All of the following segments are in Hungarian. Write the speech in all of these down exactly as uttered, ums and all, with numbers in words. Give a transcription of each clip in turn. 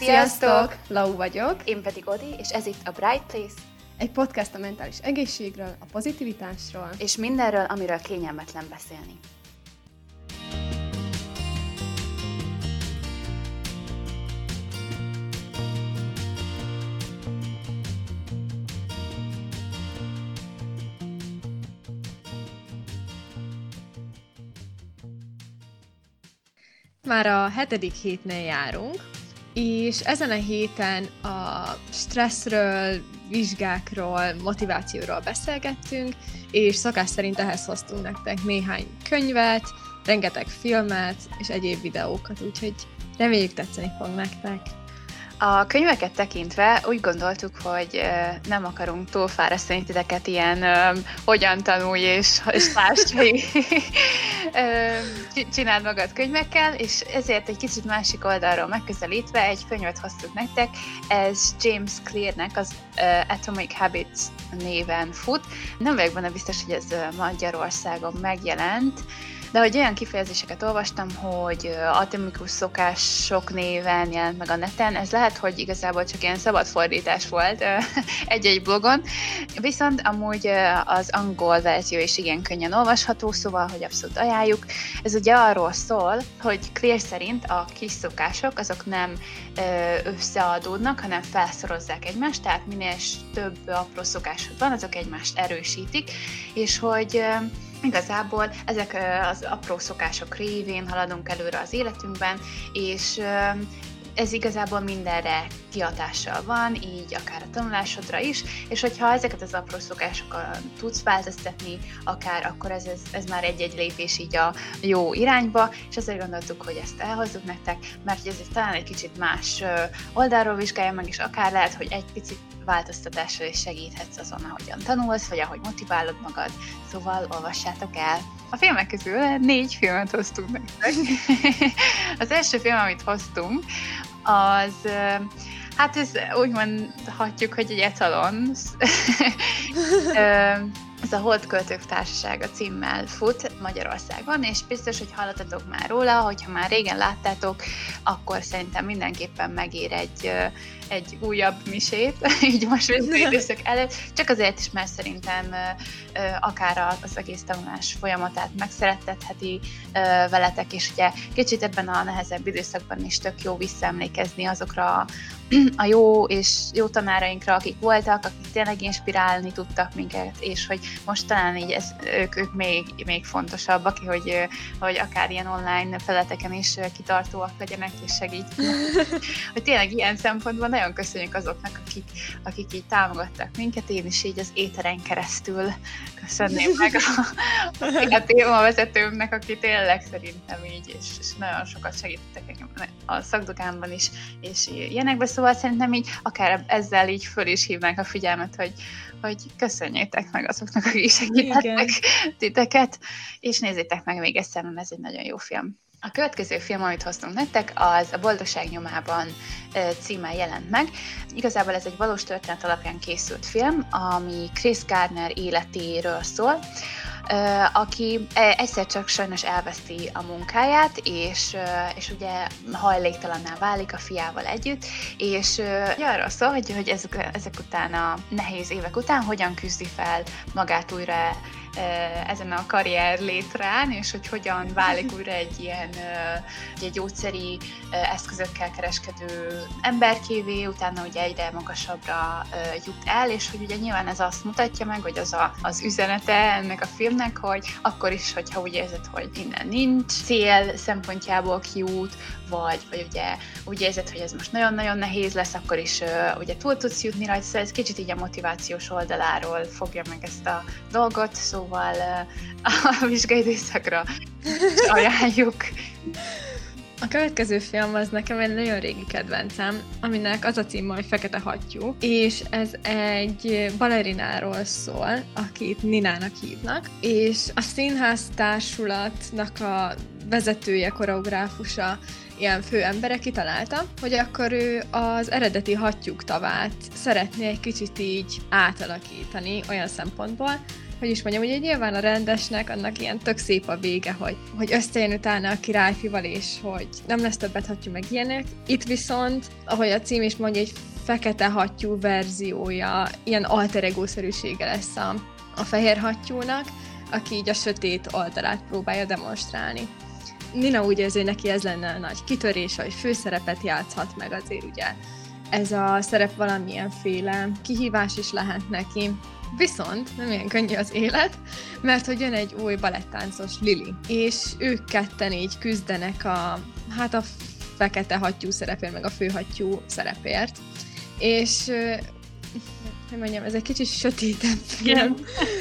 Sziasztok! Lau vagyok. Én pedig Odi, és ez itt a Bright Place. Egy podcast a mentális egészségről, a pozitivitásról. És mindenről, amiről kényelmetlen beszélni. Már a hetedik hétnél járunk, és ezen a héten a stresszről, vizsgákról, motivációról beszélgettünk, és szokás szerint ehhez hoztunk nektek néhány könyvet, rengeteg filmet és egyéb videókat, úgyhogy reméljük tetszeni fog nektek. A könyveket tekintve úgy gondoltuk, hogy nem akarunk túlfárasztani titeket ilyen hogyan tanulj és, és társai csináld magad könyvekkel, és ezért egy kicsit másik oldalról megközelítve egy könyvet hoztuk nektek. Ez James Clearnek az Atomic Habits néven fut. Nem vagyok benne biztos, hogy ez Magyarországon megjelent, de hogy olyan kifejezéseket olvastam, hogy atomikus szokások néven jelent meg a neten, ez lehet, hogy igazából csak ilyen szabad fordítás volt egy-egy blogon, viszont amúgy az angol verzió is igen könnyen olvasható, szóval, hogy abszolút ajánljuk. Ez ugye arról szól, hogy Clear szerint a kis szokások azok nem összeadódnak, hanem felszorozzák egymást, tehát minél több apró szokásod van, azok egymást erősítik, és hogy igazából ezek az apró szokások révén haladunk előre az életünkben, és ez igazából mindenre kihatással van, így akár a tanulásodra is, és hogyha ezeket az apró szokásokat tudsz változtatni, akár akkor ez, ez, ez már egy-egy lépés így a jó irányba, és azért gondoltuk, hogy ezt elhozzuk nektek, mert ez talán egy kicsit más oldalról vizsgálja meg, és akár lehet, hogy egy picit változtatással is segíthetsz azon, ahogyan tanulsz, vagy ahogy motiválod magad, szóval olvassátok el. A filmek közül négy filmet hoztunk nektek. Az első film, amit hoztunk, az, hát ez úgy mondhatjuk, hogy egy etalon. Ez a Holdköltők Társasága címmel fut Magyarországon, és biztos, hogy hallottatok már róla, hogyha már régen láttátok, akkor szerintem mindenképpen megér egy, egy újabb misét, így most időszak előtt, csak azért is, mert szerintem akár az egész tanulás folyamatát megszerettetheti veletek, és ugye kicsit ebben a nehezebb időszakban is tök jó visszaemlékezni azokra a jó és jó tanárainkra, akik voltak, akik tényleg inspirálni tudtak minket, és hogy most talán így ez, ők, ők még, még fontosabbak, hogy, hogy akár ilyen online feleteken is kitartóak legyenek, és segítsenek. Hogy tényleg ilyen szempontból nagyon köszönjük azoknak, akik, akik így támogattak minket, én is így az éteren keresztül köszönném meg a, a témavezetőmnek, aki tényleg szerintem így, és, és nagyon sokat segítettek engem a szakdokámban is, és ilyenekbe, szóval szerintem így akár ezzel így föl is hívnánk a figyelmet, hogy, hogy köszönjétek meg azoknak, akik segítettek titeket, és nézzétek meg még egyszer, mert ez egy nagyon jó film. A következő film, amit hoztunk nektek, az a Boldogság nyomában címmel jelent meg. Igazából ez egy valós történet alapján készült film, ami Chris Gardner életéről szól, aki egyszer csak sajnos elveszti a munkáját, és, és ugye hajléktalanná válik a fiával együtt, és arról szól, hogy, hogy ezek, ezek után a nehéz évek után hogyan küzdi fel magát újra ezen a karrier létrán, és hogy hogyan válik újra egy ilyen egy gyógyszeri eszközökkel kereskedő emberkévé, utána ugye egyre magasabbra jut el, és hogy ugye nyilván ez azt mutatja meg, hogy az a, az üzenete ennek a filmnek, hogy akkor is, hogyha úgy érzed, hogy innen nincs cél szempontjából kiút, vagy, vagy ugye úgy érzed, hogy ez most nagyon-nagyon nehéz lesz, akkor is uh, ugye túl tudsz jutni rajta, szóval ez kicsit így a motivációs oldaláról fogja meg ezt a dolgot, szóval uh, a vizsgaidőszakra ajánljuk. A következő film az nekem egy nagyon régi kedvencem, aminek az a címe, hogy Fekete hattyú, és ez egy balerináról szól, akit Ninának hívnak, és a színház társulatnak a vezetője, koreográfusa, ilyen fő embere kitalálta, hogy akkor ő az eredeti hattyúk tavát szeretné egy kicsit így átalakítani olyan szempontból, hogy is mondjam, ugye nyilván a rendesnek annak ilyen tök szép a vége, hogy, hogy összejön utána a királyfival, és hogy nem lesz többet hattyú meg ilyenek. Itt viszont, ahogy a cím is mondja, egy fekete hattyú verziója, ilyen alter ego-szerűsége lesz a, a fehér hattyúnak, aki így a sötét oldalát próbálja demonstrálni. Nina úgy érzi, hogy neki ez lenne a nagy kitörés, hogy főszerepet játszhat meg, azért ugye ez a szerep valamilyenféle kihívás is lehet neki. Viszont nem ilyen könnyű az élet, mert hogy jön egy új balettáncos, Lily, és ők ketten így küzdenek a, hát a fekete hattyú szerepért, meg a főhattyú szerepért. És, hogy mondjam, ez egy kicsit sötétebb film,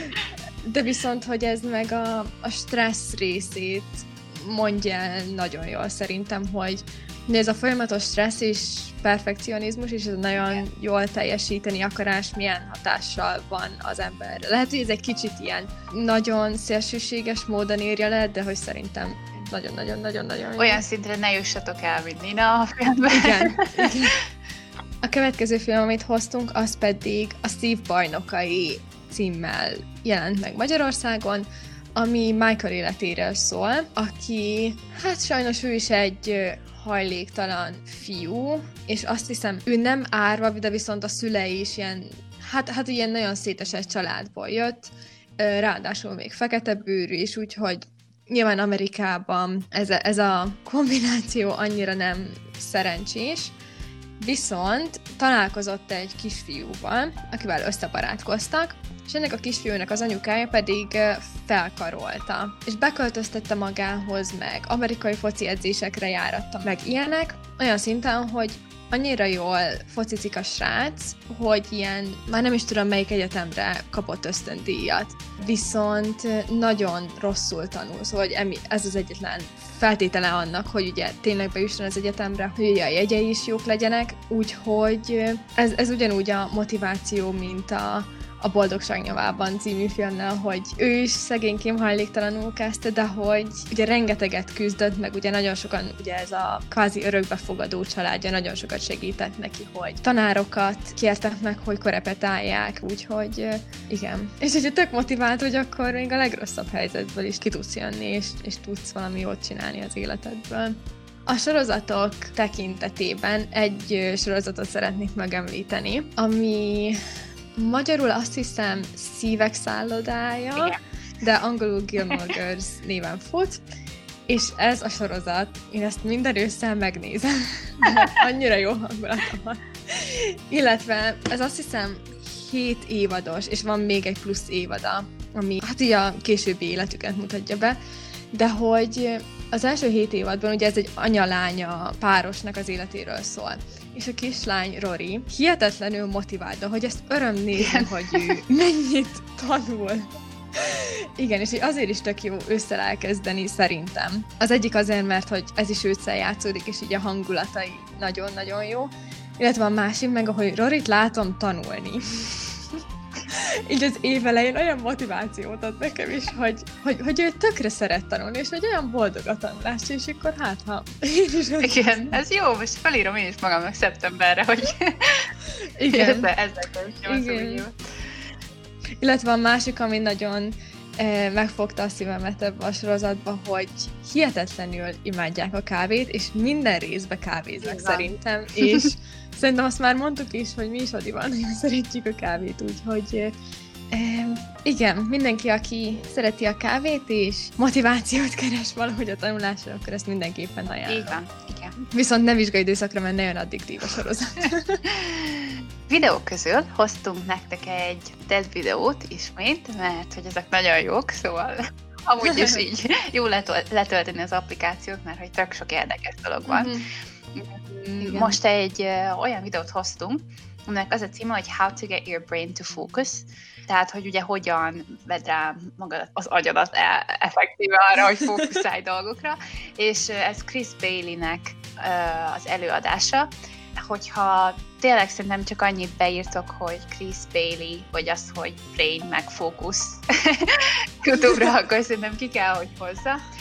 de viszont, hogy ez meg a, a stressz részét mondja nagyon jól szerintem, hogy ez a folyamatos stressz és perfekcionizmus, és ez nagyon jól teljesíteni akarás milyen hatással van az emberre. Lehet, hogy ez egy kicsit ilyen nagyon szélsőséges módon írja le, de hogy szerintem nagyon-nagyon-nagyon-nagyon olyan jó. Szintre ne jussatok el, mint Nina a filmben. Igen, igen. A következő film, amit hoztunk, az pedig a Szív bajnokai címmel jelent meg Magyarországon, ami Michael életéről szól, aki, hát sajnos ő is egy hajléktalan fiú, és azt hiszem, ő nem árva, de viszont a szülei is ilyen, hát, hát ilyen nagyon szétesett családból jött, ráadásul még fekete bőrű is, úgyhogy nyilván Amerikában ez a, ez a kombináció annyira nem szerencsés, viszont találkozott egy kisfiúval, akivel összebarátkoztak, és ennek a kisfiúnak az anyukája pedig felkarolta, és beköltöztette magához, meg amerikai foci edzésekre járatta, meg ilyenek, olyan szinten, hogy annyira jól focizik a srác, hogy ilyen, már nem is tudom melyik egyetemre kapott ösztöndíjat, viszont nagyon rosszul tanul, szóval ez az egyetlen feltétele annak, hogy ugye tényleg bejusson az egyetemre, hogy ugye a jegyei is jók legyenek, úgyhogy ez, ez ugyanúgy a motiváció, mint a a Boldogság nyomában című filmnél, hogy ő is szegénykém hajléktalanul kezdte, de hogy ugye rengeteget küzdött, meg ugye nagyon sokan, ugye ez a kvázi örökbefogadó családja nagyon sokat segített neki, hogy tanárokat kértek meg, hogy korepetálják, úgyhogy igen. És ugye tök motivált, hogy akkor még a legrosszabb helyzetből is ki tudsz jönni, és, és tudsz valami jót csinálni az életedből. A sorozatok tekintetében egy sorozatot szeretnék megemlíteni, ami magyarul azt hiszem Szívek szállodája, igen, de angolul Gilmore Girls néven fut, és ez a sorozat, én ezt minden ősszel megnézem, annyira jó hangulata van. Illetve ez azt hiszem hét évados, és van még egy plusz évada, ami hát ugye a későbbi életüket mutatja be, de hogy az első hét évadban ugye ez egy anya-lánya párosnak az életéről szól. És a kislány Rory hihetetlenül motivált, hogy ezt öröm nézni, hogy ő mennyit tanul. Igen, és azért is tök jó ősszel elkezdeni szerintem. Az egyik azért, mert hogy ez is ősszel játszódik, és így a hangulatai nagyon-nagyon jó. Illetve a másik meg, ahogy Roryt látom tanulni. Így az év elején olyan motivációt ad nekem is, hogy, hogy, hogy ő tökre szeret tanulni, és hogy olyan boldog a tanulás, és akkor hát, ha én is... Igen, ez jó, most felírom én is magamnak szeptemberre, hogy igen, ezzel is illetve a másik, ami nagyon eh, megfogta a szívemet ebbe a sorozatba, hogy hihetetlenül imádják a kávét, és minden részbe kávéznak igen, szerintem, és szerintem azt már mondtuk is, hogy mi is Adiban, hogy szeretjük a kávét, úgyhogy eh, igen, mindenki, aki szereti a kávét és motivációt keres valahogy a tanulásra, akkor ezt mindenképpen ajánlom. Így van, igen. Viszont ne vizsgaidőszakra, mert ne jön addiktív a sorozat. Videók közül hoztunk nektek egy test videót ismét, mert hogy ezek nagyon jók, szóval amúgy is így jó letölteni az applikációt, mert hogy tök sok érdekes dolog van. Mm-hmm. Most egy uh, olyan videót hoztunk, aminek az a címe, hogy How to get your brain to focus, tehát, hogy ugye hogyan vedd rá magad az agyadat e- effektíve arra, hogy fókuszálj dolgokra, és uh, ez Chris Bailey-nek uh, az előadása, hogyha tényleg szerintem csak annyit beírtok, hogy Chris Bailey, vagy az, hogy brain meg fókusz YouTube-ra, akkor szerintem ki kell, hogy hozza.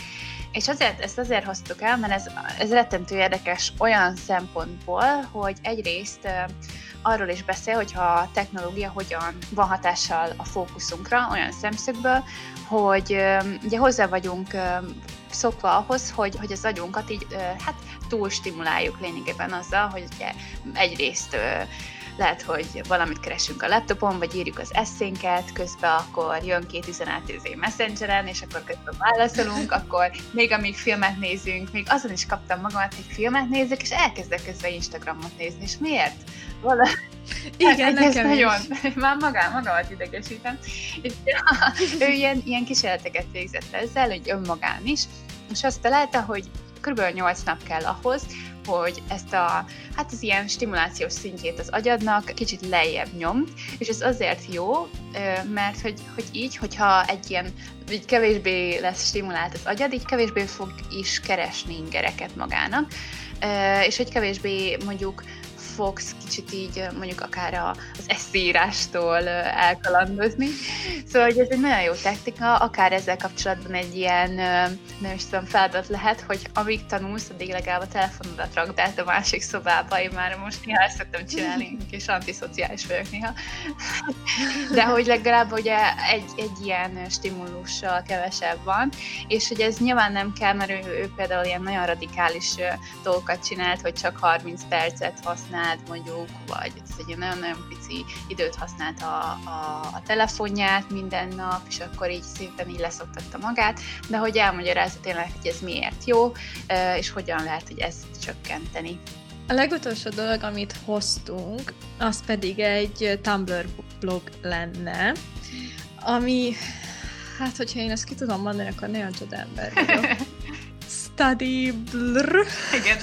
És azért, ezt azért hoztuk el, mert ez, ez rettentő érdekes olyan szempontból, hogy egyrészt arról is beszél, hogyha a technológia hogyan van hatással a fókuszunkra, olyan szemszögből, hogy ugye hozzá vagyunk szokva ahhoz, hogy, hogy az agyunkat így hát túl stimuláljuk lényegében azzal, hogy ugye egyrészt lehet, hogy valamit keresünk a laptopon, vagy írjuk az eszénket, közben akkor jön két üzenet Messengeren, és akkor közben válaszolunk, akkor még amíg filmet nézünk, még azon is kaptam magamat, hogy filmet nézek, és elkezdek közben Instagramot nézni, és miért? Vala... Igen, hát, nekem nagyon, már magám, magamat idegesítem. És ő ilyen, ilyen kísérleteket végzett ezzel, hogy önmagán is, és azt találta, hogy kb. nyolc nap kell ahhoz, hogy ezt a, hát az ilyen stimulációs szintjét az agyadnak kicsit lejjebb nyom, és ez azért jó, mert hogy, hogy így, hogyha egy ilyen, így kevésbé lesz stimulált az agyad, így kevésbé fog is keresni ingereket magának, és hogy kevésbé mondjuk fogsz kicsit így mondjuk akár az eszírástól elkalandozni. Szóval hogy ez egy nagyon jó technika, akár ezzel kapcsolatban egy ilyen, nem is tudom, feladat lehet, hogy amíg tanulsz, addig legalább a telefonodat rakd át a másik szobába. Én már most néha ezt szoktam csinálni, és antiszociális vagyok néha. De hogy legalább ugye egy, egy ilyen stimulussal kevesebb van, és hogy ez nyilván nem kell, mert ő, ő például ilyen nagyon radikális dolgokat csinált, hogy csak harminc percet használ mondjuk, vagy egy nagyon-nagyon pici időt használt a, a, a telefonját minden nap, és akkor így szépen így leszoktatta magát, de hogy elmagyarázza tényleg, hogy ez miért jó, és hogyan lehet, hogy ezt csökkenteni. A legutolsó dolog, amit hoztunk, az pedig egy Tumblr blog lenne, ami, hát hogyha én ezt ki tudom mondani, akkor nagyon tud ember vagyok. Study blr. Igen.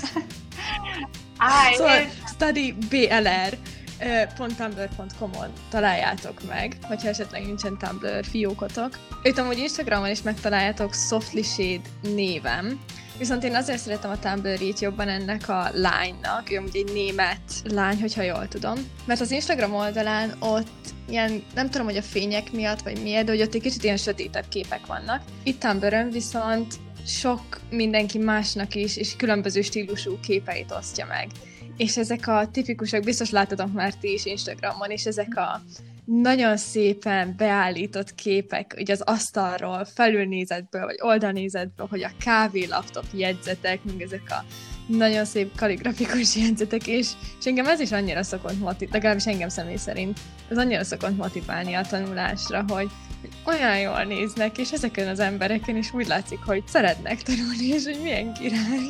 Szóval studyblr pont tumblr pont com-on találjátok meg, hogyha esetleg nincsen Tumblr fiókotok. Őt amúgy Instagramon is megtaláljátok Softly Shade névem, viszont én azért szeretem a Tumblr-ét jobban ennek a lánynak, ő amúgy egy német lány, hogyha jól tudom, mert az Instagram oldalán ott ilyen, nem tudom, hogy a fények miatt, vagy miért, de hogy ott egy kicsit ilyen sötétebb képek vannak. Itt Tumblr-ön viszont sok mindenki másnak is, és különböző stílusú képeit osztja meg. És ezek a tipikusak, biztos láttatok már ti is Instagramon, és ezek a nagyon szépen beállított képek, ugye az asztalról, felülnézetből, vagy oldalnézetből, hogy a kávélaptop jegyzetek, még ezek a nagyon szép kaligrafikus jegyzetek, és, és engem ez is annyira szokott motiválni, legalábbis engem személy szerint, ez annyira szokott motiválni a tanulásra, hogy olyan jól néznek, és ezeken az embereken is úgy látszik, hogy szeretnek tanulni, és hogy milyen király.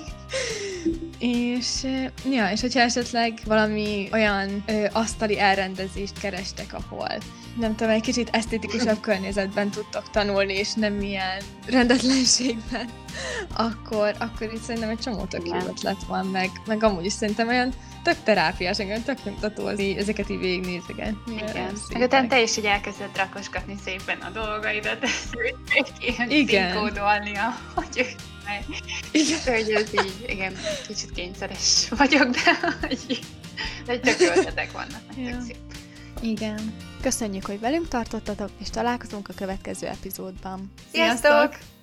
És, ja, és hogyha esetleg valami olyan ö, asztali elrendezést kerestek, ahol nem tudom, egy kicsit esztétikusabb környezetben tudtok tanulni, és nem ilyen rendetlenségben, akkor, akkor itt szerintem egy csomó tök jó ötlet van, meg, meg amúgy is szerintem olyan tök terápiás, engem tök nyugtató az így, ezeket így végignézegetni. Igen. Meg utána te is így elkezded rakosgatni szépen a dolgaidat, ezt ilyen színkódolnia, hogy igen. Hogy ez így, igen, kicsit kényszeres vagyok, de hogy de tök jó ötletek vannak, meg tök szép. Igen. Köszönjük, hogy velünk tartottatok, és találkozunk a következő epizódban. Sziasztok!